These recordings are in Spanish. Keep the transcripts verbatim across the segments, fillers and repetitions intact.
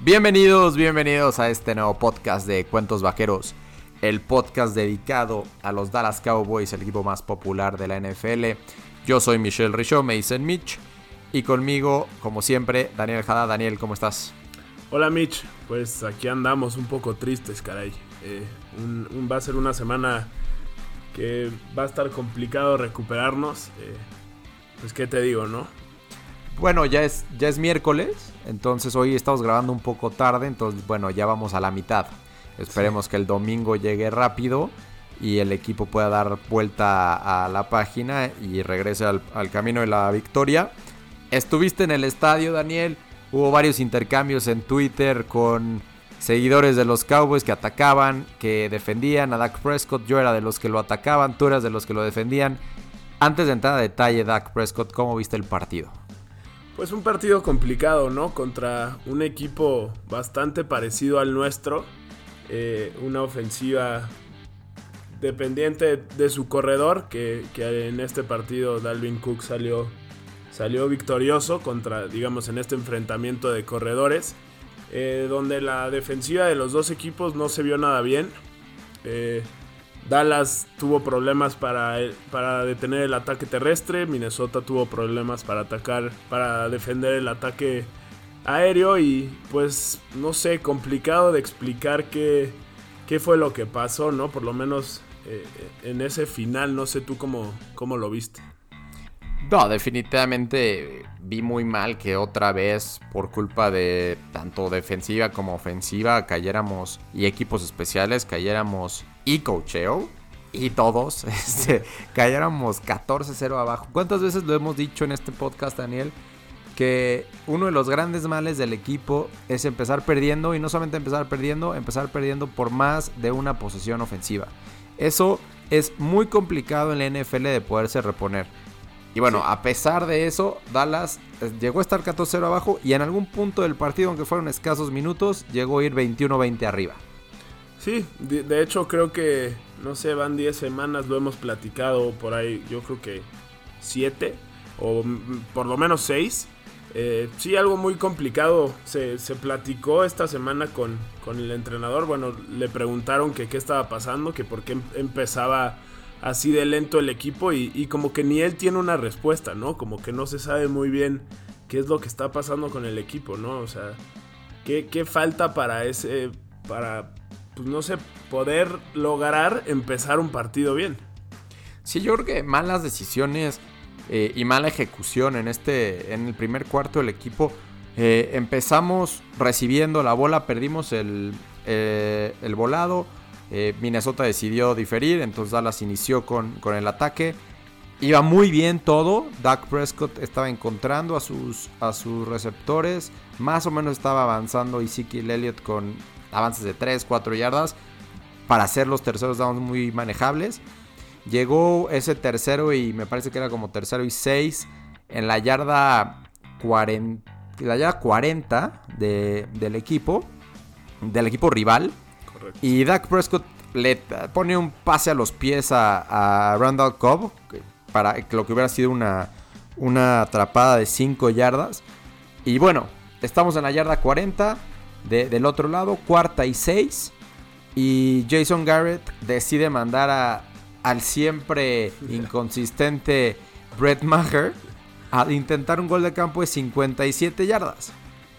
Bienvenidos, bienvenidos a este nuevo podcast de Cuentos Vaqueros, el podcast dedicado a los Dallas Cowboys, el equipo más popular de la N F L. Yo soy Michelle Richaud, me dicen Mitch, y conmigo, como siempre, Daniel Jada. Daniel, ¿cómo estás? Hola Mitch, pues aquí andamos un poco tristes, caray. Eh, un, un, va a ser una semana que va a estar complicado recuperarnos. Eh, pues qué te digo, ¿no? Bueno, ya es, ya es miércoles, entonces hoy estamos grabando un poco tarde, entonces bueno, ya vamos a la mitad. Esperemos sí. que el domingo llegue rápido y el equipo pueda dar vuelta a la página y regrese al, al camino de la victoria. Estuviste en el estadio, Daniel, hubo varios intercambios en Twitter con seguidores de los Cowboys que atacaban, que defendían a Dak Prescott. Yo era de los que lo atacaban, tú eras de los que lo defendían. Antes de entrar a detalle, Dak Prescott, ¿cómo viste el partido? Pues un partido complicado, ¿no? Contra un equipo bastante parecido al nuestro. Eh, una ofensiva dependiente de su corredor, que, que en este partido Dalvin Cook salió, salió victorioso contra, digamos, en este enfrentamiento de corredores, eh, donde la defensiva de los dos equipos no se vio nada bien. Eh, Dallas tuvo problemas para, para detener el ataque terrestre. Minnesota tuvo problemas para atacar, para defender el ataque aéreo. Y pues no sé, complicado de explicar qué, qué fue lo que pasó, ¿no? Por lo menos eh, en ese final, no sé tú cómo, cómo lo viste. No, definitivamente vi muy mal que otra vez, por culpa de tanto defensiva como ofensiva, cayéramos, y equipos especiales, cayéramos y coacheo, y todos, este, cayéramos catorce cero abajo. ¿Cuántas veces lo hemos dicho en este podcast, Daniel? Que uno de los grandes males del equipo es empezar perdiendo, y no solamente empezar perdiendo, empezar perdiendo por más de una posesión ofensiva. Eso es muy complicado en la N F L de poderse reponer. Y bueno, sí. A pesar de eso, Dallas llegó a estar catorce cero abajo y en algún punto del partido, aunque fueron escasos minutos, llegó a ir veintiuno veinte arriba. Sí, de, de hecho creo que, no sé, van diez semanas, lo hemos platicado por ahí, yo creo que siete o por lo menos seis. Eh, sí, algo muy complicado se, se platicó esta semana con, con el entrenador. Bueno, le preguntaron que qué estaba pasando, que por qué empezaba así de lento el equipo y, y como que ni él tiene una respuesta, ¿no? Como que no se sabe muy bien qué es lo que está pasando con el equipo, ¿no? O sea, qué, qué falta para ese, para, pues no sé, poder lograr empezar un partido bien. Sí, yo creo que malas decisiones eh, y mala ejecución en este, en el primer cuarto del equipo. Eh, empezamos recibiendo la bola, perdimos el, eh, el volado. Eh, Minnesota decidió diferir, entonces Dallas inició con, con el ataque. Iba muy bien todo. Dak Prescott estaba encontrando a sus, a sus receptores. Más o menos estaba avanzando Ezekiel Elliott con avances de tres, cuatro yardas para hacer los terceros downs muy manejables. Llegó ese tercero y me parece que era como tercero y seis en la yarda cuarenta, la yarda cuarenta de, del equipo, del equipo rival. Correcto. Y Dak Prescott le pone un pase a los pies a, a Randall Cobb para lo que hubiera sido una, una atrapada de cinco yardas. Y bueno, estamos en la yarda cuarenta de, del otro lado, cuarta y seis. Y Jason Garrett decide mandar a, al siempre inconsistente Brett Maher a intentar un gol de campo de cincuenta y siete yardas.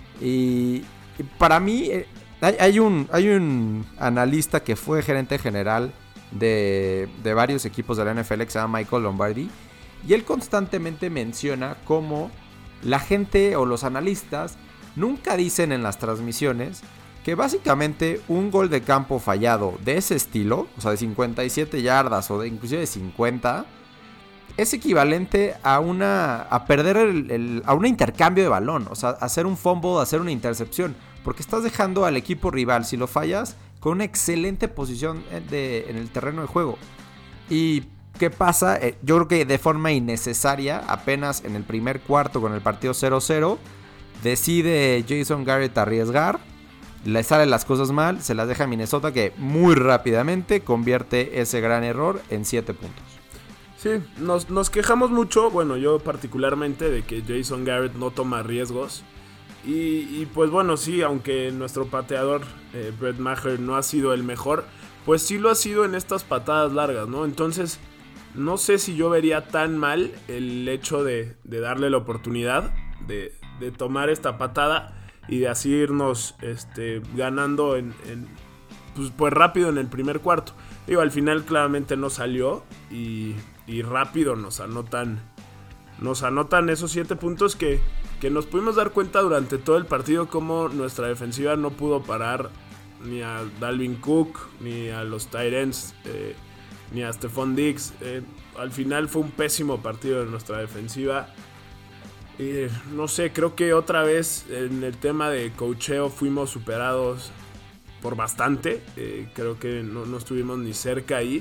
Y, y para mí... Eh, Hay, hay, un, hay un analista que fue gerente general de, de varios equipos de la N F L que se llama Michael Lombardi, y él constantemente menciona cómo la gente o los analistas nunca dicen en las transmisiones que básicamente un gol de campo fallado de ese estilo, o sea de cincuenta y siete yardas o de inclusive de cincuenta, es equivalente a una a perder el, el, a un intercambio de balón, o sea, hacer un fumble, hacer una intercepción, porque estás dejando al equipo rival, si lo fallas, con una excelente posición de, en el terreno de juego. ¿Y qué pasa? Eh, yo creo que de forma innecesaria, apenas en el primer cuarto con el partido cero cero, decide Jason Garrett arriesgar, le salen las cosas mal, se las deja a Minnesota, que muy rápidamente convierte ese gran error en siete puntos. Sí, nos, nos quejamos mucho, bueno, yo particularmente, de que Jason Garrett no toma riesgos. Y, y pues bueno, sí, aunque nuestro pateador eh, Brett Maher no ha sido el mejor, pues sí lo ha sido en estas patadas largas, ¿no? Entonces, no sé si yo vería tan mal el hecho de, de darle la oportunidad de, de tomar esta patada y de así irnos este, ganando en, en, pues, pues rápido en el primer cuarto. Digo, al final claramente no salió y, y rápido nos anotan, nos anotan esos siete puntos que, que nos pudimos dar cuenta durante todo el partido como nuestra defensiva no pudo parar ni a Dalvin Cook, ni a los tight ends, eh, ni a Stephon Diggs. Eh, al final fue un pésimo partido de nuestra defensiva. Eh, no sé, creo que otra vez en el tema de coacheo fuimos superados por bastante. Eh, creo que no, no estuvimos ni cerca ahí.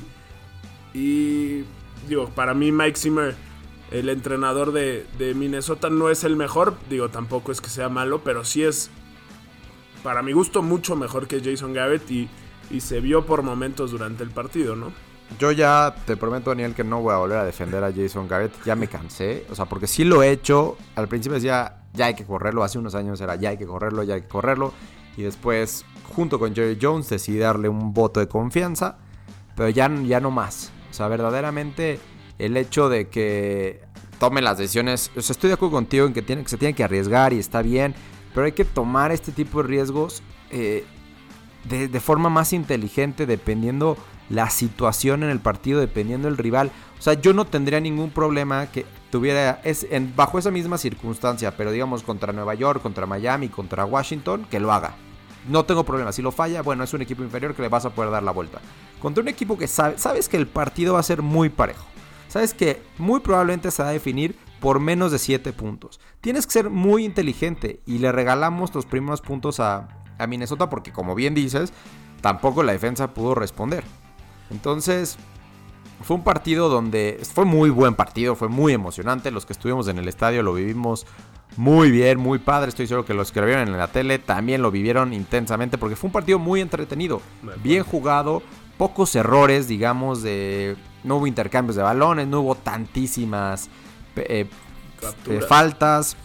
Y digo, para mí Mike Zimmer, el entrenador de, de Minnesota, no es el mejor. Digo, tampoco es que sea malo, pero sí es, para mi gusto, mucho mejor que Jason Garrett. Y, y se vio por momentos durante el partido, ¿no? Yo ya te prometo, Daniel, que no voy a volver a defender a Jason Garrett. Ya me cansé. O sea, porque sí lo he hecho. Al principio decía, ya hay que correrlo. Hace unos años era, ya hay que correrlo, ya hay que correrlo. Y después, junto con Jerry Jones, decidí darle un voto de confianza. Pero ya, ya no más. O sea, verdaderamente, el hecho de que tome las decisiones... O sea, estoy de acuerdo contigo en que, tiene, que se tiene que arriesgar y está bien. Pero hay que tomar este tipo de riesgos eh, de, de forma más inteligente, dependiendo la situación en el partido, dependiendo del rival. O sea, yo no tendría ningún problema que tuviera es, en, bajo esa misma circunstancia, pero digamos contra Nueva York, contra Miami, contra Washington, que lo haga. No tengo problema. Si lo falla, bueno, es un equipo inferior que le vas a poder dar la vuelta. Contra un equipo que sabe, sabes que el partido va a ser muy parejo. Sabes que muy probablemente se va a definir por menos de siete puntos. Tienes que ser muy inteligente y le regalamos los primeros puntos a, a Minnesota porque, como bien dices, tampoco la defensa pudo responder. Entonces, fue un partido donde... Fue muy buen partido, fue muy emocionante. Los que estuvimos en el estadio lo vivimos muy bien, muy padre. Estoy seguro que los que lo vieron en la tele también lo vivieron intensamente porque fue un partido muy entretenido, bien jugado, pocos errores, digamos, de... No hubo intercambios de balones, no hubo tantísimas eh, eh, faltas.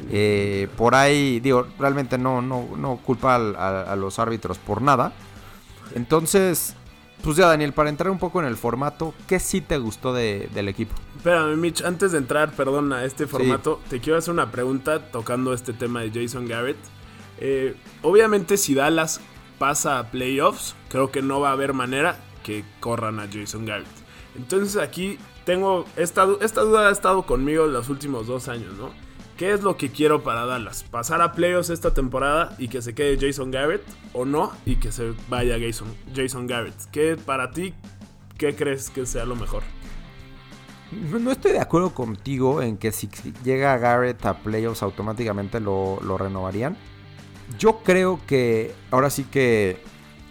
Eh, por ahí, digo, realmente no, no, no culpa a, a, a los árbitros por nada. Entonces... Pues ya, Daniel, para entrar un poco en el formato, ¿qué sí te gustó de, del equipo? Espérame, Mitch, antes de entrar, perdón, a este formato, sí. Te quiero hacer una pregunta tocando este tema de Jason Garrett. Eh, obviamente, si Dallas pasa a playoffs, creo que no va a haber manera que corran a Jason Garrett. Entonces aquí tengo, esta, esta duda ha estado conmigo los últimos dos años, ¿no? ¿Qué es lo que quiero para Dallas? ¿Pasar a playoffs esta temporada y que se quede Jason Garrett o no? Y que se vaya Jason, Jason Garrett. ¿Qué para ti, qué crees que sea lo mejor? No, no estoy de acuerdo contigo en que si llega Garrett a playoffs automáticamente lo, lo renovarían. Yo creo que ahora sí que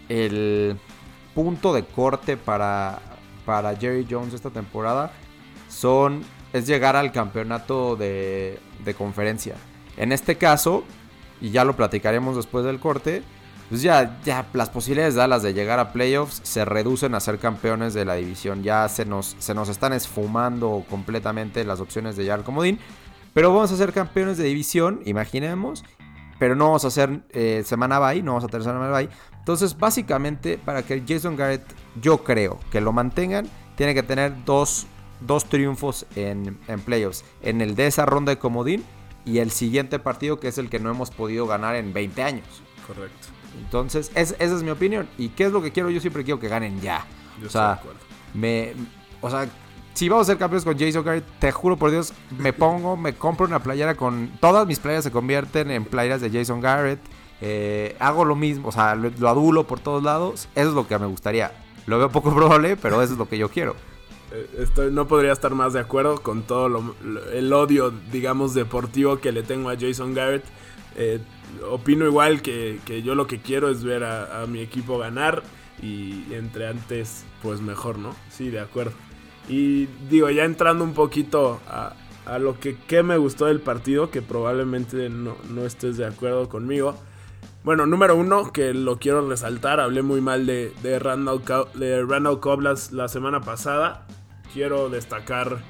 el punto de corte para, para Jerry Jones esta temporada son... es llegar al campeonato de, de conferencia. En este caso, y ya lo platicaremos después del corte, pues ya, ya las posibilidades de Dallas de llegar a playoffs se reducen a ser campeones de la división. Ya se nos, se nos están esfumando completamente las opciones de llegar al comodín. Pero vamos a ser campeones de división, imaginemos. Pero no vamos a hacer eh, semana bye, no vamos a tener semana bye. Entonces, básicamente, para que Jason Garrett, yo creo que lo mantengan, tiene que tener dos... dos triunfos en, en playoffs, en el de esa ronda de comodín y el siguiente partido que es el que no hemos podido ganar en veinte años. Correcto. Entonces, es, esa es mi opinión. ¿Y qué es lo que quiero? Yo siempre quiero que ganen ya. Yo o sea, estoy de acuerdo. Me, o sea, si vamos a ser campeones con Jason Garrett, te juro por Dios, me pongo, me compro una playera con... Todas mis playeras se convierten en playeras de Jason Garrett. Eh, hago lo mismo, o sea, lo, lo adulo por todos lados. Eso es lo que me gustaría. Lo veo poco probable, pero eso es lo que yo quiero. Estoy, no podría estar más de acuerdo con todo lo, lo, el odio, digamos, deportivo que le tengo a Jason Garrett. Eh, opino igual que, que yo lo que quiero es ver a, a mi equipo ganar y entre antes, pues mejor, ¿no? Sí, de acuerdo. Y digo, ya entrando un poquito a, a lo que, que me gustó del partido, que probablemente no, no estés de acuerdo conmigo. Bueno, número uno, que lo quiero resaltar, hablé muy mal de, de Randall, de Randall Cobb la, la semana pasada. Quiero destacar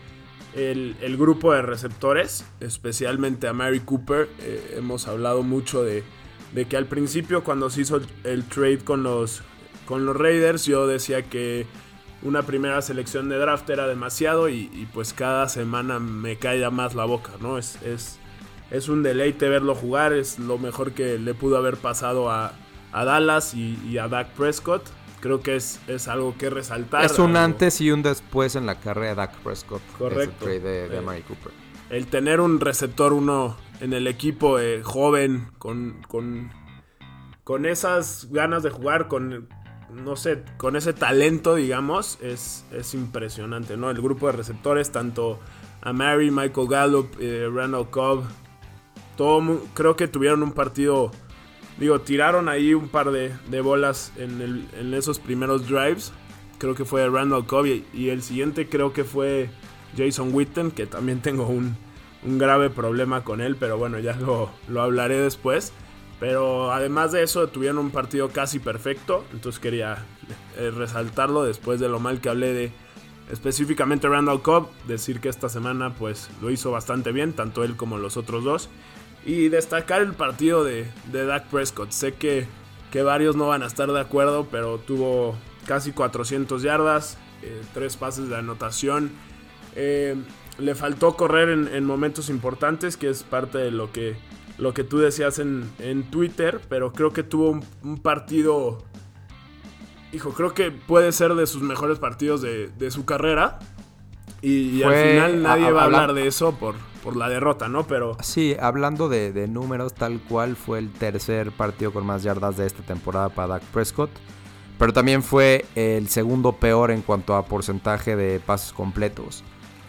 el, el grupo de receptores, especialmente a Mari Cooper. Eh, hemos hablado mucho de, de que al principio, cuando se hizo el, el trade con los, con los Raiders, yo decía que una primera selección de draft era demasiado y, y pues cada semana me cae más la boca, ¿no? Es, es, es un deleite verlo jugar, es lo mejor que le pudo haber pasado a, a Dallas y, y a Dak Prescott. Creo que es, es algo que resaltar. Es un algo... antes y un después en la carrera de Dak Prescott. Correcto. Ese trade de, de eh, Amari Cooper. El tener un receptor uno en el equipo eh, joven, con, con, con esas ganas de jugar, con, no sé, con ese talento, digamos, es, es impresionante, ¿no? El grupo de receptores, tanto Amari, Michael Gallup, eh, Randall Cobb, todo, creo que tuvieron un partido... Digo, tiraron ahí un par de, de bolas en, el, en esos primeros drives. Creo que fue Randall Cobb y, y el siguiente creo que fue Jason Witten, que también tengo un, un grave problema con él, pero bueno, ya lo, lo hablaré después. Pero además de eso, tuvieron un partido casi perfecto, entonces quería eh, resaltarlo después de lo mal que hablé de específicamente Randall Cobb. Decir que esta semana pues lo hizo bastante bien, tanto él como los otros dos. Y destacar el partido de, de Dak Prescott. Sé que, que varios no van a estar de acuerdo, pero tuvo casi cuatrocientas yardas, eh, tres pases de anotación. Eh, le faltó correr en, en momentos importantes, que es parte de lo que, lo que tú decías en, en Twitter, pero creo que tuvo un, un partido... Hijo, creo que puede ser de sus mejores partidos de, de su carrera. Y, y al final nadie a, va a hablar habla... de eso por... por la derrota, ¿no? Pero... Sí, hablando de, de números, tal cual fue el tercer partido con más yardas de esta temporada para Dak Prescott. Pero también fue el segundo peor en cuanto a porcentaje de pases completos.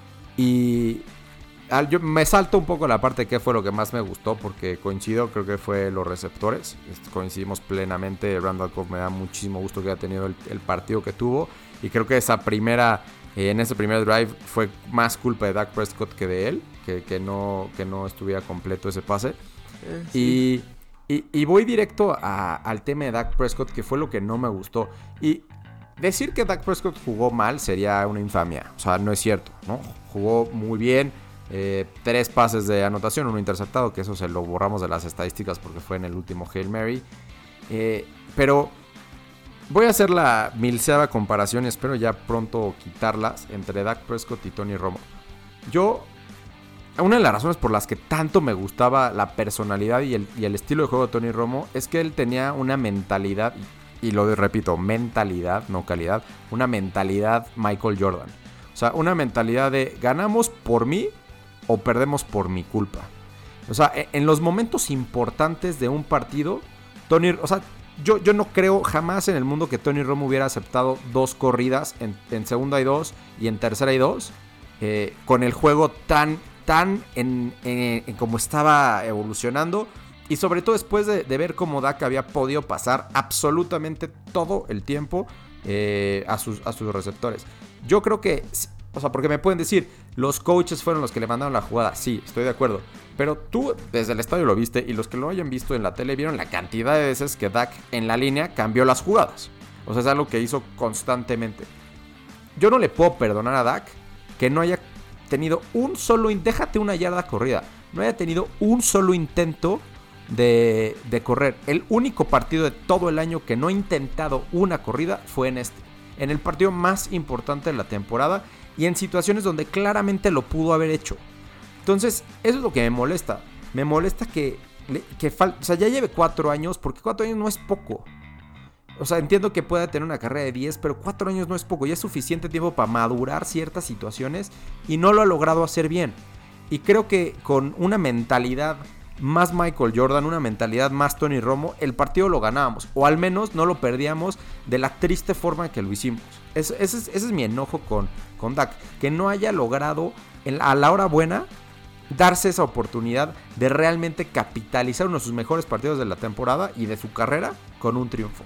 Y al, yo me salto un poco la parte de qué fue lo que más me gustó, porque coincido, creo que fue los receptores. Coincidimos plenamente. Randall Cobb me da muchísimo gusto que haya tenido el, el partido que tuvo. Y creo que esa primera... En ese primer drive fue más culpa de Dak Prescott que de él, que, que, no, que no estuviera completo ese pase. Eh, sí. y, y, y voy directo a, al tema de Dak Prescott, que fue lo que no me gustó. Y decir que Dak Prescott jugó mal sería una infamia. O sea, no es cierto, ¿no? Jugó muy bien. Eh, tres pases de anotación, uno interceptado, que eso se lo borramos de las estadísticas porque fue en el último Hail Mary. Eh, pero... Voy a hacer la milseada comparación y espero ya pronto quitarlas entre Dak Prescott y Tony Romo. Yo, una de las razones por las que tanto me gustaba la personalidad y el, y el estilo de juego de Tony Romo es que él tenía una mentalidad, y lo repito, mentalidad, no calidad, una mentalidad Michael Jordan. O sea, una mentalidad de ganamos por mí o perdemos por mi culpa. O sea, en los momentos importantes de un partido, Tony, o sea, Yo, yo no creo jamás en el mundo que Tony Romo hubiera aceptado dos corridas en, en segunda y dos y en tercera y dos eh, con el juego tan, tan en, en, en como estaba evolucionando y sobre todo después de, de ver cómo Dak había podido pasar absolutamente todo el tiempo eh, a, sus, a sus receptores. Yo creo que, o sea, porque me pueden decir, los coaches fueron los que le mandaron la jugada. Sí, estoy de acuerdo. Pero tú desde el estadio lo viste y los que lo hayan visto en la tele vieron la cantidad de veces que Dak en la línea cambió las jugadas. O sea, es algo que hizo constantemente. Yo no le puedo perdonar a Dak que no haya tenido un solo... Déjate una yarda corrida. No haya tenido un solo intento de, de correr. El único partido de todo el año que no ha intentado una corrida fue en este. En el partido más importante de la temporada y en situaciones donde claramente lo pudo haber hecho. Entonces, eso es lo que me molesta. Me molesta que, que fal- o sea, ya lleve cuatro años, porque cuatro años no es poco. O sea, entiendo que pueda tener una carrera de diez, pero cuatro años no es poco. Ya es suficiente tiempo para madurar ciertas situaciones y no lo ha logrado hacer bien. Y creo que con una mentalidad más Michael Jordan, una mentalidad más Tony Romo, el partido lo ganábamos. O al menos no lo perdíamos de la triste forma en que lo hicimos. Ese, ese, es, ese es mi enojo con, con Dak. Que no haya logrado en, a la hora buena darse esa oportunidad de realmente capitalizar uno de sus mejores partidos de la temporada y de su carrera con un triunfo.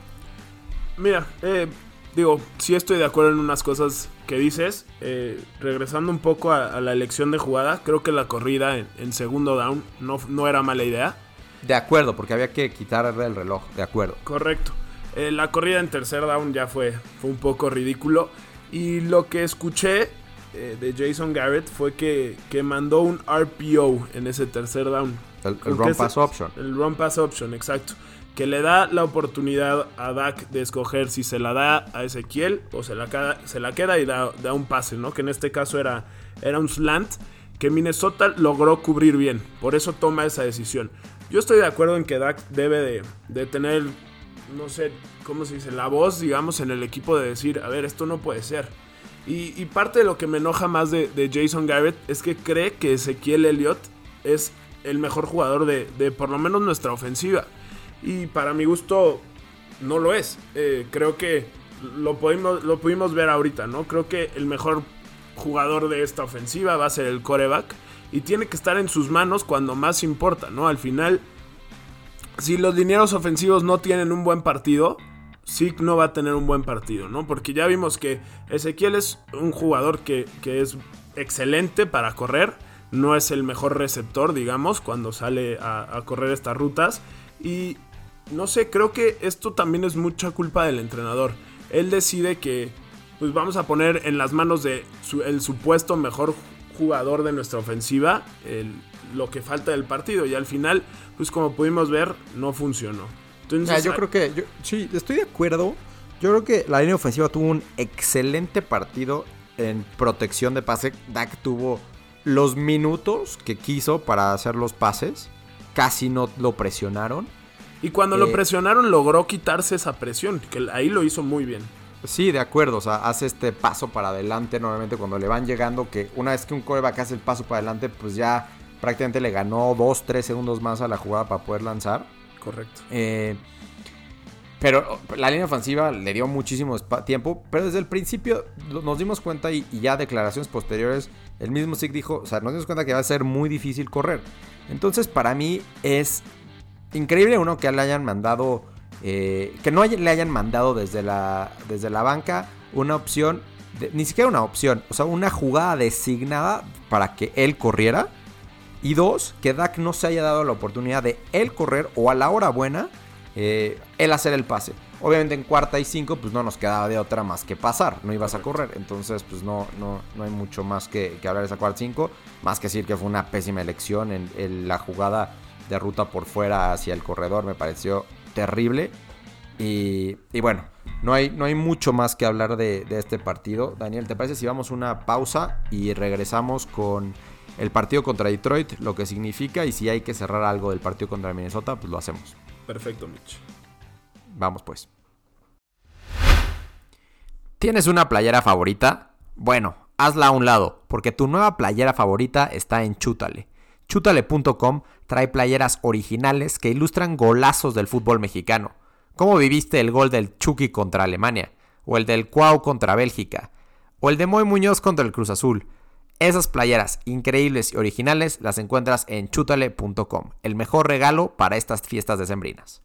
Mira, eh, digo, sí estoy de acuerdo en unas cosas que dices. Eh, regresando un poco a, a la elección de jugada, creo que la corrida en, en segundo down no, no era mala idea. De acuerdo, porque había que quitarle el reloj, de acuerdo. Correcto. Eh, la corrida en tercer down ya fue, fue un poco ridículo. Y lo que escuché eh, de Jason Garrett fue que, que mandó un R P O en ese tercer down. El, el run pass option. El run pass option, exacto. Que le da la oportunidad a Dak de escoger si se la da a Ezequiel o se la, queda, se la queda y da, da un pase, ¿no? Que en este caso era, era un slant que Minnesota logró cubrir bien. Por eso toma esa decisión. Yo estoy de acuerdo en que Dak debe de, de tener, no sé, ¿cómo se dice? La voz, digamos, en el equipo de decir, a ver, esto no puede ser. Y, y parte de lo que me enoja más de, de Jason Garrett es que cree que Ezequiel Elliott es el mejor jugador de, de por lo menos nuestra ofensiva. Y para mi gusto no lo es. Eh, creo que lo pudimos, lo pudimos ver ahorita, ¿no? Creo que el mejor jugador de esta ofensiva va a ser el quarterback. Y tiene que estar en sus manos cuando más importa, ¿no? Al final, si los linieros ofensivos no tienen un buen partido, Zeke no va a tener un buen partido, ¿no? Porque ya vimos que Ezequiel es un jugador que, que es excelente para correr. No es el mejor receptor, digamos, cuando sale a, a correr estas rutas. Y no sé, creo que esto también es mucha culpa del entrenador. Él decide que pues vamos a poner en las manos de su, el supuesto mejor jugador de nuestra ofensiva el, lo que falta del partido. Y al final, pues como pudimos ver, no funcionó. Entonces, ya, yo creo que, yo, sí, estoy de acuerdo. Yo creo que la línea ofensiva tuvo un excelente partido en protección de pase. Dak tuvo los minutos que quiso para hacer los pases. Casi no lo presionaron. Y cuando eh, lo presionaron logró quitarse esa presión, que ahí lo hizo muy bien. Sí, de acuerdo, o sea, hace este paso para adelante normalmente cuando le van llegando, que una vez que un quarterback hace el paso para adelante, pues ya prácticamente le ganó dos, tres segundos más a la jugada para poder lanzar. Correcto. Eh, pero la línea ofensiva le dio muchísimo tiempo, pero desde el principio nos dimos cuenta y, y ya declaraciones posteriores, el mismo Zeke dijo, o sea, nos dimos cuenta que va a ser muy difícil correr. Entonces para mí es increíble uno que le hayan mandado, eh, que no hay, le hayan mandado desde la, desde la banca una opción, de, ni siquiera una opción, o sea, una jugada designada para que él corriera. Y dos, que Dak no se haya dado la oportunidad de él correr o a la hora buena, eh, él hacer el pase. Obviamente en cuarta y cinco pues no nos quedaba de otra más que pasar, no ibas a correr. Entonces pues no, no, no hay mucho más que, que hablar de esa cuarta y cinco. Más que decir que fue una pésima elección en, en la jugada de ruta por fuera hacia el corredor. Me pareció terrible. Y, y bueno, no hay, no hay mucho más que hablar de, de este partido. Daniel, ¿te parece si vamos una pausa y regresamos con el partido contra Detroit, lo que significa, y si hay que cerrar algo del partido contra Minnesota, pues lo hacemos? Perfecto, Mitch. Vamos pues. ¿Tienes una playera favorita? Bueno, hazla a un lado, porque tu nueva playera favorita está en Chútale. Chútale punto com trae playeras originales que ilustran golazos del fútbol mexicano. ¿Cómo viviste el gol del Chucky contra Alemania? O el del Cuau contra Bélgica. O el de Moy Muñoz contra el Cruz Azul. Esas playeras increíbles y originales las encuentras en Chútale punto com. El mejor regalo para estas fiestas decembrinas.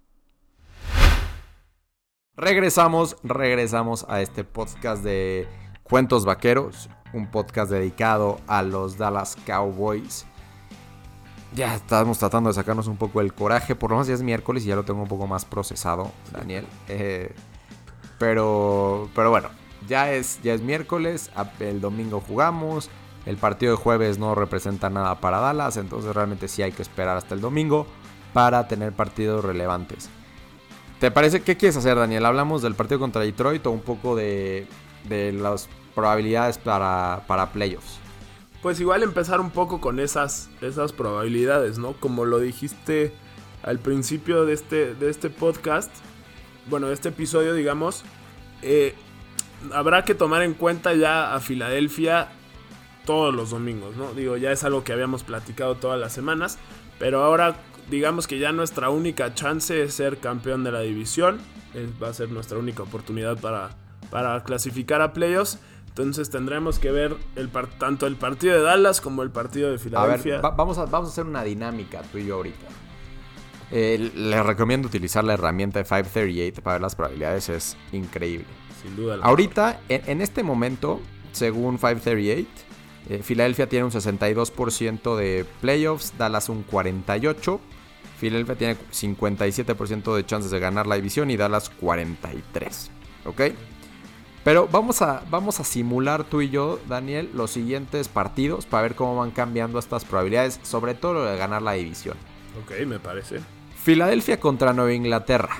Regresamos, regresamos a este podcast de Cuentos Vaqueros. Un podcast dedicado a los Dallas Cowboys. Ya estamos tratando de sacarnos un poco el coraje. Por lo menos ya es miércoles y ya lo tengo un poco más procesado, Daniel. Eh, pero, pero bueno. Ya es, ya es miércoles, el domingo jugamos, el partido de jueves no representa nada para Dallas, entonces realmente sí hay que esperar hasta el domingo para tener partidos relevantes. ¿Te parece? ¿Qué quieres hacer, Daniel? ¿Hablamos del partido contra Detroit o un poco de, de las probabilidades para, para playoffs? Pues igual empezar un poco con esas, esas probabilidades, ¿no? Como lo dijiste al principio de este, de este podcast, bueno, de este episodio, digamos, eh... habrá que tomar en cuenta ya a Filadelfia todos los domingos, ¿no? Digo, ya es algo que habíamos platicado todas las semanas, pero ahora digamos que ya nuestra única chance es ser campeón de la división. Va a ser nuestra única oportunidad para, para clasificar a playoffs. Entonces tendremos que ver el par- tanto el partido de Dallas como el partido de Filadelfia. A ver, va- vamos, a, vamos a hacer una dinámica tú y yo ahorita. Eh, les recomiendo utilizar la herramienta de quinientos treinta y ocho para ver las probabilidades, es increíble. Sin duda. Ahorita, en, en este momento, según quinientos treinta y ocho, eh, Filadelfia tiene un sesenta y dos por ciento de playoffs, Dallas un cuarenta y ocho por ciento, Filadelfia tiene cincuenta y siete por ciento de chances de ganar la división y Dallas cuarenta y tres por ciento. ¿Ok? Pero vamos a, vamos a simular tú y yo, Daniel, los siguientes partidos para ver cómo van cambiando estas probabilidades, sobre todo lo de ganar la división. Ok, me parece. Filadelfia contra Nueva Inglaterra.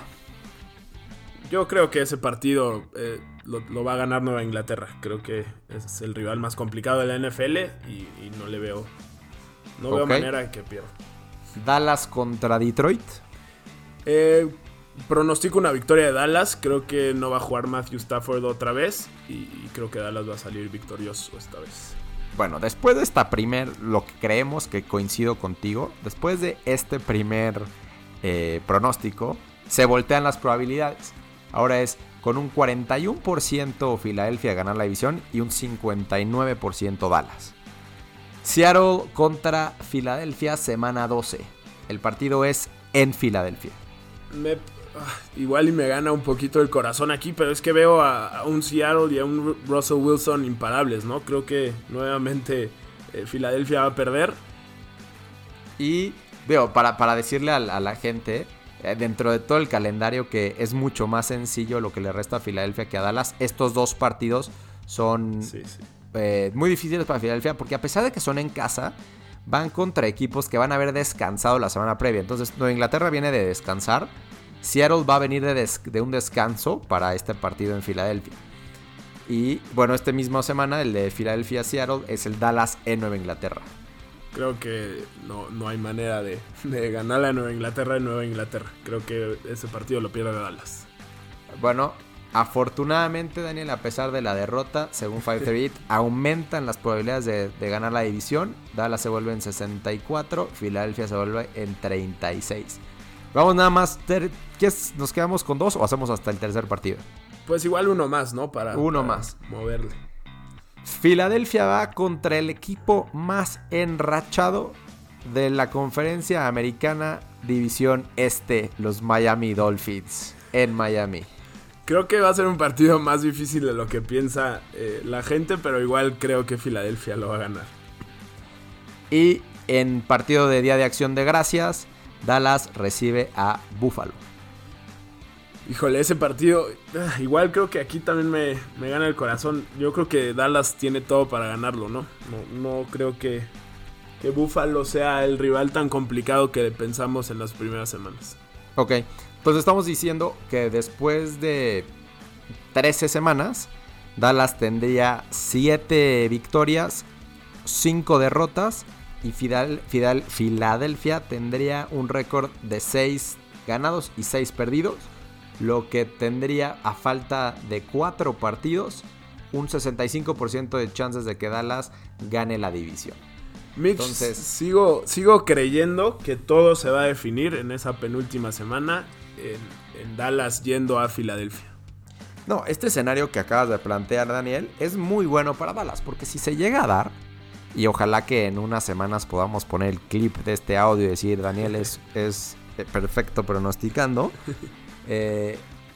Yo creo que ese partido eh, lo, lo va a ganar Nueva Inglaterra. Creo que es el rival más complicado de la N F L y, y no le veo, no veo okay. manera de que pierda. Dallas contra Detroit. Eh... Pronostico una victoria de Dallas. Creo que no va a jugar Matthew Stafford otra vez. Y, y creo que Dallas va a salir victorioso esta vez. Bueno, después de esta primer, lo que creemos que coincido contigo, después de este primer eh, pronóstico, se voltean las probabilidades. Ahora es con un cuarenta y uno por ciento Filadelfia ganar la división y un cincuenta y nueve por ciento Dallas. Seattle contra Filadelfia, semana doce. El partido es en Filadelfia. Me... Igual y me gana un poquito el corazón aquí, pero es que veo a, a un Seattle y a un Russell Wilson imparables, ¿no? Creo que nuevamente eh, Filadelfia va a perder. Y veo, para, para decirle a, a la gente, eh, dentro de todo el calendario que es mucho más sencillo lo que le resta a Filadelfia que a Dallas, estos dos partidos son sí, sí. Eh, muy difíciles para Filadelfia porque a pesar de que son en casa, van contra equipos que van a haber descansado la semana previa. Entonces Nueva Inglaterra viene de descansar. Seattle va a venir de, des- de un descanso para este partido en Filadelfia. Y bueno, esta misma semana, el de Filadelfia-Seattle, es el Dallas en Nueva Inglaterra. Creo que no, no hay manera de, de ganarle a Nueva Inglaterra en Nueva Inglaterra. Creo que ese partido lo pierde Dallas. Bueno, afortunadamente, Daniel, a pesar de la derrota, según five thirty-eight, aumentan las probabilidades de, de ganar la división. Dallas se vuelve en sesenta y cuatro, Filadelfia se vuelve en treinta y seis. Vamos nada más, ter- ¿qué es? ¿Nos quedamos con dos o hacemos hasta el tercer partido? Pues igual uno más, ¿no? Para, uno para más. moverle. Filadelfia va contra el equipo más enrachado de la conferencia americana división este, los Miami Dolphins, en Miami. Creo que va a ser un partido más difícil de lo que piensa eh, la gente, pero igual creo que Filadelfia lo va a ganar. Y en partido de Día de Acción de Gracias, Dallas recibe a Buffalo. Híjole, ese partido, igual creo que aquí también me, me gana el corazón. Yo creo que Dallas tiene todo para ganarlo, ¿no? No, no creo que, que Buffalo sea el rival tan complicado que pensamos en las primeras semanas. Ok, pues estamos diciendo que después de trece semanas, Dallas tendría siete victorias, cinco derrotas. Y Fidel, Fidel, Filadelfia tendría un récord de seis ganados y seis perdidos. Lo que tendría, a falta de cuatro partidos, un sesenta y cinco por ciento de chances de que Dallas gane la división. Mitch, Entonces, sigo, sigo creyendo que todo se va a definir en esa penúltima semana en, en Dallas yendo a Filadelfia. No, este escenario que acabas de plantear, Daniel, es muy bueno para Dallas. Porque si se llega a dar, y ojalá que en unas semanas podamos poner el clip de este audio y decir, Daniel es, es perfecto pronosticando. Eh,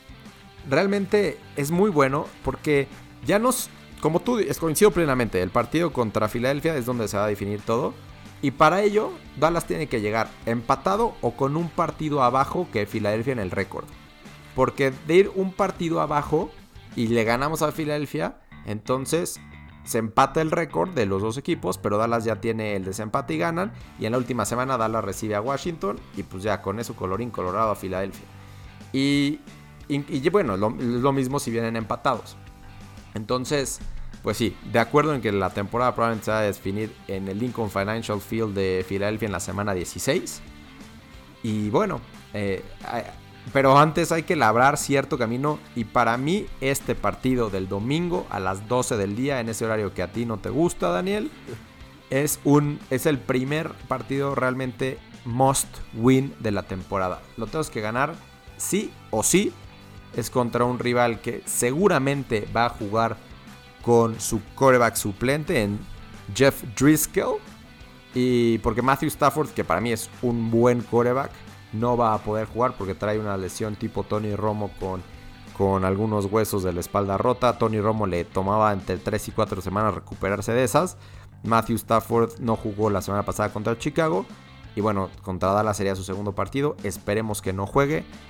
realmente es muy bueno porque ya nos, como tú coincido plenamente, el partido contra Filadelfia es donde se va a definir todo. Y para ello, Dallas tiene que llegar empatado o con un partido abajo que Filadelfia en el récord. Porque de ir un partido abajo y le ganamos a Filadelfia, entonces se empata el récord de los dos equipos, pero Dallas ya tiene el desempate y ganan. Y en la última semana Dallas recibe a Washington y pues ya con eso colorín colorado a Filadelfia. Y, y, y bueno, lo, lo mismo si vienen empatados. Entonces, pues sí, de acuerdo en que la temporada probablemente se va a definir en el Lincoln Financial Field de Filadelfia en la semana dieciséis. Y bueno, eh, pero antes hay que labrar cierto camino. Y para mí este partido del domingo a las doce del día, en ese horario que a ti no te gusta, Daniel, es, un, es el primer partido realmente must win de la temporada. Lo tenemos que ganar sí o sí. Es contra un rival que seguramente va a jugar con su quarterback suplente en Jeff Driscoll. Y porque Matthew Stafford, que para mí es un buen quarterback, no va a poder jugar porque trae una lesión tipo Tony Romo con, con algunos huesos de la espalda rota. Tony Romo le tomaba entre tres y cuatro semanas recuperarse de esas. Matthew Stafford no jugó la semana pasada contra Chicago. Y bueno, contra Dallas sería su segundo partido. Esperemos que no juegue.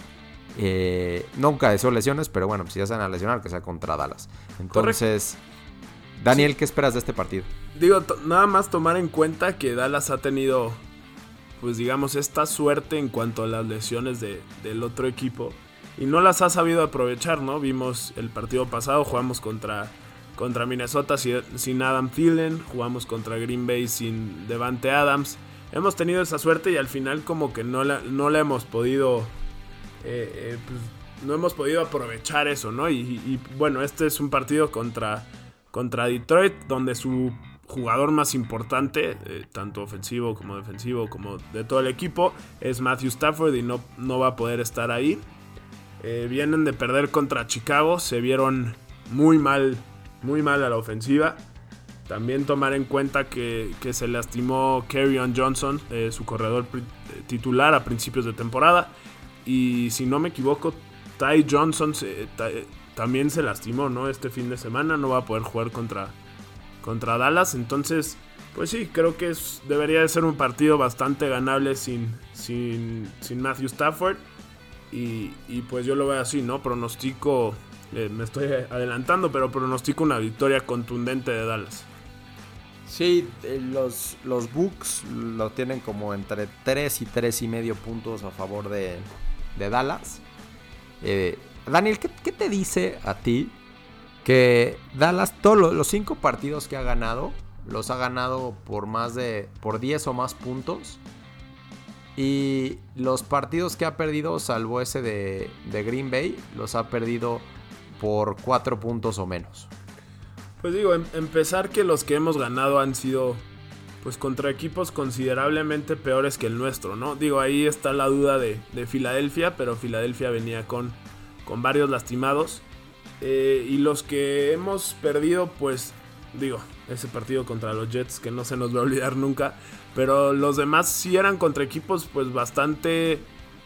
Eh, nunca deseo lesiones, pero bueno, pues si ya se van a lesionar, que sea contra Dallas. Entonces, correcto. Daniel, sí. ¿Qué esperas de este partido? Digo, to- nada más tomar en cuenta que Dallas ha tenido, pues digamos, esta suerte en cuanto a las lesiones de, del otro equipo. Y no las ha sabido aprovechar, ¿no? Vimos el partido pasado, jugamos contra, contra Minnesota sin, sin Adam Thielen, jugamos contra Green Bay sin Devante Adams. Hemos tenido esa suerte y al final como que no la, no la hemos podido, eh, eh, pues, no hemos podido aprovechar eso, ¿no? Y, y bueno, este es un partido contra, contra Detroit, donde su jugador más importante, eh, tanto ofensivo como defensivo, como de todo el equipo, es Matthew Stafford y no, no va a poder estar ahí. Eh, vienen de perder contra Chicago, se vieron muy mal, muy mal a la ofensiva. También tomar en cuenta que, que se lastimó Kerryon Johnson, eh, su corredor pri- titular a principios de temporada. Y si no me equivoco, Ty Johnson se, ta, también se lastimó, ¿no? Este fin de semana no va a poder jugar contra, contra Dallas. Entonces, pues sí, creo que es, debería de ser un partido bastante ganable sin, sin, sin Matthew Stafford. Y, y pues yo lo veo así, ¿no? Pronostico, eh, me estoy adelantando, pero pronostico una victoria contundente de Dallas. Sí, eh, los, los Bucs lo tienen como entre tres y tres y medio puntos a favor de, de Dallas. Eh, Daniel, ¿qué, ¿qué te dice a ti que Dallas, todos los, los cinco partidos que ha ganado, los ha ganado por más de, por diez o más puntos? Y los partidos que ha perdido, salvo ese de, de Green Bay, los ha perdido por cuatro puntos o menos. Pues digo, em- empezar que los que hemos ganado han sido pues contra equipos considerablemente peores que el nuestro, ¿no? Digo, ahí está la duda de, de Filadelfia, pero Filadelfia venía con, con varios lastimados. Eh, y los que hemos perdido, pues digo, ese partido contra los Jets que no se nos va a olvidar nunca. Pero los demás sí eran contra equipos pues bastante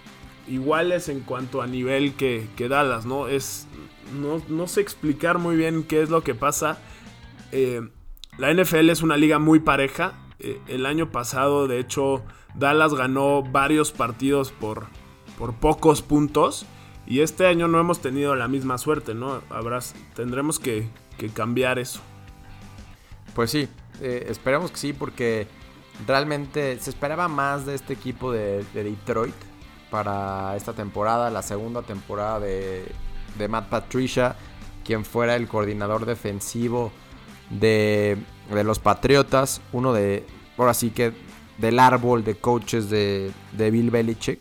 iguales en cuanto a nivel que, que Dallas, ¿no? Es, no, no sé explicar muy bien qué es lo que pasa. Eh, la N F L es una liga muy pareja. Eh, el año pasado, de hecho, Dallas ganó varios partidos por, por pocos puntos. Y este año no hemos tenido la misma suerte, ¿no? Habrás, tendremos que, que cambiar eso. Pues sí, eh, esperemos que sí, porque realmente se esperaba más de este equipo de, de Detroit para esta temporada, la segunda temporada de, de Matt Patricia, quien fuera el coordinador defensivo de, de los Patriotas, uno de, ahora sí que del árbol de coaches de, de Bill Belichick.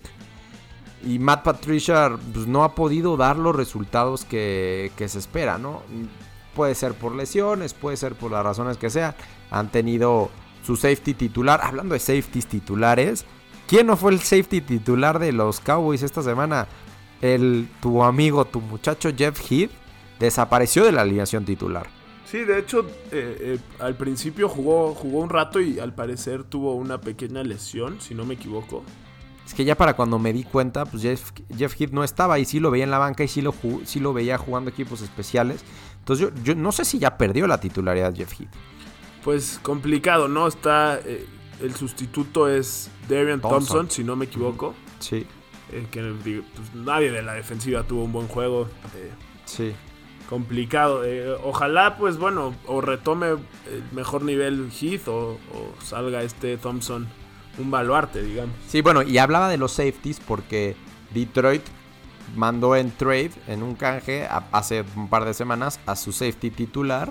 Y Matt Patricia pues, no ha podido dar los resultados que, que se espera, ¿no? Puede ser por lesiones, puede ser por las razones que sean. Han tenido su safety titular. Hablando de safeties titulares, ¿quién no fue el safety titular de los Cowboys esta semana? El, tu amigo, tu muchacho Jeff Heath desapareció de la alineación titular. Sí, de hecho, eh, eh, al principio jugó, jugó un rato y al parecer tuvo una pequeña lesión, si no me equivoco. Es que ya para cuando me di cuenta, pues Jeff, Jeff Heath no estaba y sí lo veía en la banca y sí lo, sí lo veía jugando equipos especiales. Entonces yo, yo no sé si ya perdió la titularidad Jeff Heath. Pues complicado, ¿no? Está, eh, el sustituto es Darian Thompson, Thompson, si no me equivoco. Sí. Eh, que pues, nadie de la defensiva tuvo un buen juego. Eh, sí. Complicado. Eh, ojalá, pues bueno, o retome el mejor nivel Heath o, o salga este Thompson un baluarte, digamos. Sí, bueno, y hablaba de los safeties porque Detroit mandó en trade, en un canje, a, hace un par de semanas, a su safety titular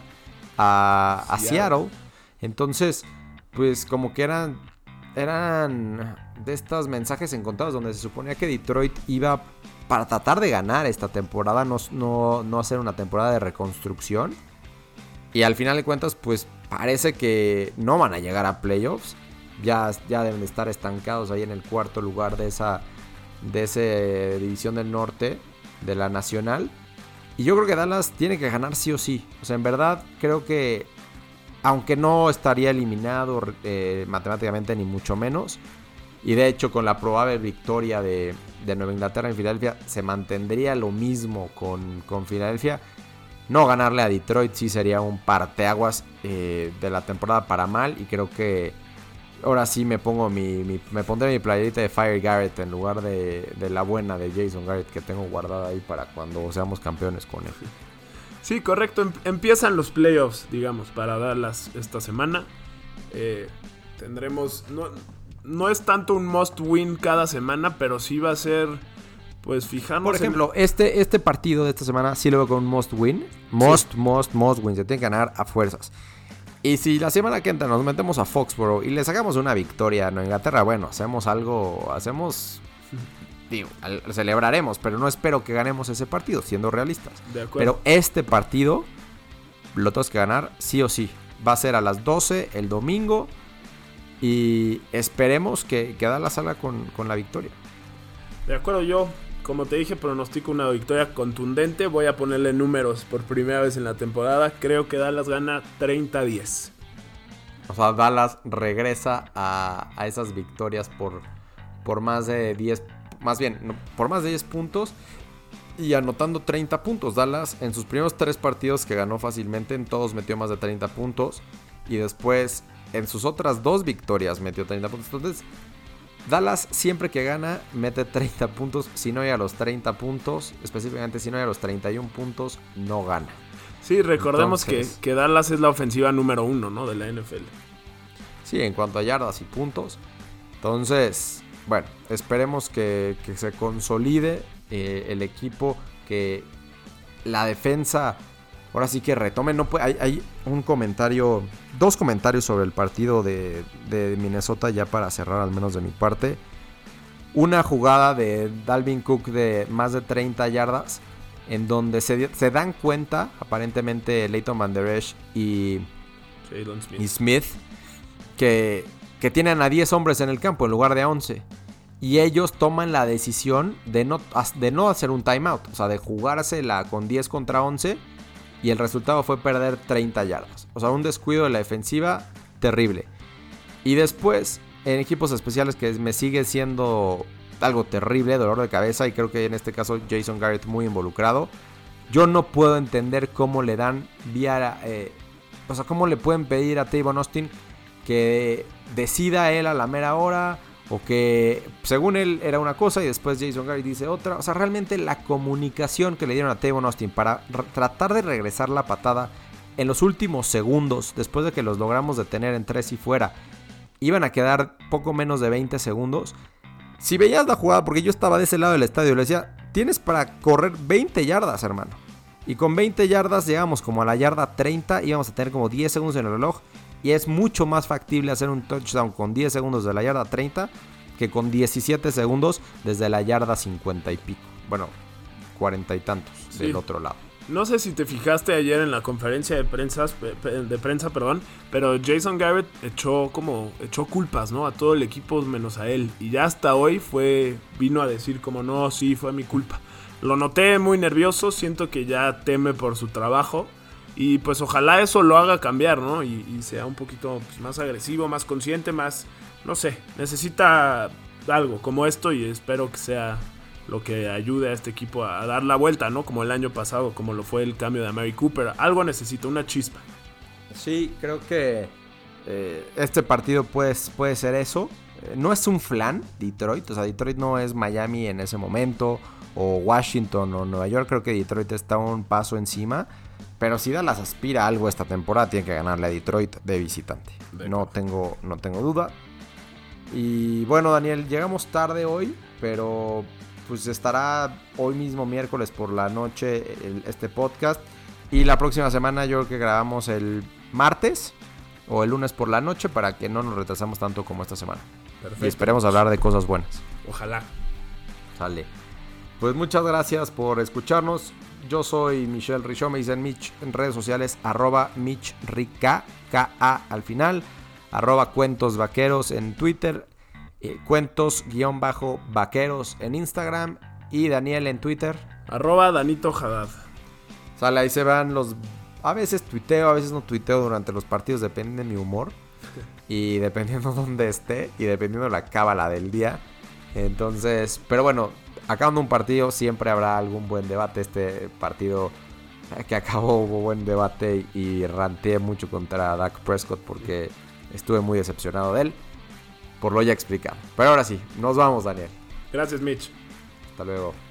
a, a Seattle. Seattle. Entonces, pues como que eran, eran de estos mensajes encontrados donde se suponía que Detroit iba para tratar de ganar esta temporada, no, no, no hacer una temporada de reconstrucción. Y al final de cuentas, pues parece que no van a llegar a playoffs. Ya, ya deben de estar estancados ahí en el cuarto lugar de esa de esa división del norte de la nacional. Y yo creo que Dallas tiene que ganar sí o sí. O sea, en verdad creo que aunque no estaría eliminado eh, matemáticamente ni mucho menos, y de hecho con la probable victoria de, de Nueva Inglaterra en Filadelfia se mantendría lo mismo con, con Filadelfia. No ganarle a Detroit sí sería un parteaguas eh, de la temporada para mal, y creo que ahora sí me pongo mi, mi me pondré mi playerita de Fire Garrett en lugar de, de la buena de Jason Garrett que tengo guardada ahí para cuando seamos campeones con él. Sí, correcto. Em- empiezan los playoffs, digamos, para Dallas esta semana. Eh, tendremos... No, no es tanto un must win cada semana, pero sí va a ser... Pues fijarnos... Por ejemplo, en... este, este partido de esta semana sí lo veo con un must win. Must, sí. must, must win. Se tiene que ganar a fuerzas. Y si la semana que entra nos metemos a Foxborough y le sacamos una victoria a Nueva Inglaterra, bueno, hacemos algo... Hacemos... Digo, celebraremos, pero no espero que ganemos ese partido, siendo realistas. De acuerdo. Pero este partido lo tenemos que ganar sí o sí. Va a ser a las doce el domingo y esperemos que, que Dallas salga con, con la victoria. De acuerdo, yo, como te dije, pronostico una victoria contundente. Voy a ponerle números por primera vez en la temporada. Creo que Dallas gana treinta a diez. O sea, Dallas regresa a, a esas victorias por, por más de diez Más bien, por más de diez puntos y anotando treinta puntos. Dallas en sus primeros tres partidos que ganó fácilmente, en todos metió más de treinta puntos. Y después en sus otras dos victorias metió treinta puntos. Entonces, Dallas siempre que gana mete treinta puntos. Si no llega a los treinta puntos, específicamente si no llega a los treinta y uno puntos, no gana. Sí, recordemos Entonces, que, que Dallas es la ofensiva número uno, ¿no? de la N F L. Sí, en cuanto a yardas y puntos. Entonces... Bueno, esperemos que, que se consolide eh, el equipo, que la defensa ahora sí que retome. No puede, hay, hay un comentario, dos comentarios sobre el partido de, de Minnesota ya para cerrar al menos de mi parte. Una jugada de Dalvin Cook de más de treinta yardas en donde se, se dan cuenta aparentemente Leighton Van Der Esch y, Smith. y Smith que... que tienen a diez hombres en el campo en lugar de a once. Y ellos toman la decisión de no, de no hacer un timeout. O sea, de jugársela con diez contra once. Y el resultado fue perder treinta yardas. O sea, un descuido de la defensiva terrible. Y después, en equipos especiales que me sigue siendo algo terrible, dolor de cabeza. Y creo que en este caso Jason Garrett muy involucrado. Yo no puedo entender cómo le dan vía... Eh, o sea, cómo le pueden pedir a Tavon Austin que decida él a la mera hora, o que según él era una cosa y después Jason Garrett dice otra. O sea, realmente la comunicación que le dieron a Tavon Austin para r- tratar de regresar la patada en los últimos segundos, después de que los logramos detener en tres y fuera, iban a quedar poco menos de veinte segundos. Si veías la jugada, porque yo estaba de ese lado del estadio, le decía, tienes para correr veinte yardas, hermano. Y con veinte yardas llegamos como a la yarda treinta, íbamos a tener como diez segundos en el reloj. Y es mucho más factible hacer un touchdown con diez segundos de la yarda treinta que con diecisiete segundos desde la yarda cincuenta y pico. Bueno, cuarenta y tantos sí. Del otro lado. No sé si te fijaste ayer en la conferencia de prensa, de prensa, perdón, pero Jason Garrett echó como echó culpas, ¿no? A todo el equipo menos a él. Y ya hasta hoy fue vino a decir como no, sí, fue mi culpa. Lo noté muy nervioso, siento que ya teme por su trabajo. Y pues ojalá eso lo haga cambiar, ¿no? Y, y sea un poquito pues, más agresivo, más consciente, más... No sé, necesita algo como esto y espero que sea lo que ayude a este equipo a, a dar la vuelta, ¿no? Como el año pasado, como lo fue el cambio de Amari Cooper. Algo necesita, una chispa. Sí, creo que eh, este partido puede, puede ser eso. Eh, no es un flan, Detroit. O sea, Detroit no es Miami en ese momento, o Washington o Nueva York. Creo que Detroit está un paso encima. Pero si Dallas aspira a algo esta temporada, tiene que ganarle a Detroit de visitante. No tengo, no tengo duda. Y bueno, Daniel, llegamos tarde hoy, pero pues estará hoy mismo miércoles por la noche el, este podcast. Y la próxima semana yo creo que grabamos el martes o el lunes por la noche para que no nos retrasemos tanto como esta semana. Perfecto. Y esperemos hablar de cosas buenas. Ojalá. Sale. Pues muchas gracias por escucharnos. Yo soy Michelle Richaud, me dicen Mitch en redes sociales, arroba Mitch Rica, K A al final, arroba Cuentos Vaqueros en Twitter, eh, Cuentos guión bajo Vaqueros en Instagram y Daniel en Twitter. Arroba Danito Haddad. Sale, ahí se van los... A veces tuiteo, a veces no tuiteo durante los partidos, depende de mi humor y dependiendo dónde esté y dependiendo de la cábala del día. Entonces, pero bueno... Acabando un partido siempre habrá algún buen debate. Este partido que acabó hubo buen debate y ranteé mucho contra Dak Prescott porque estuve muy decepcionado de él. por lo ya explicado. Pero ahora sí, nos vamos, Daniel. Gracias, Mitch. Hasta luego.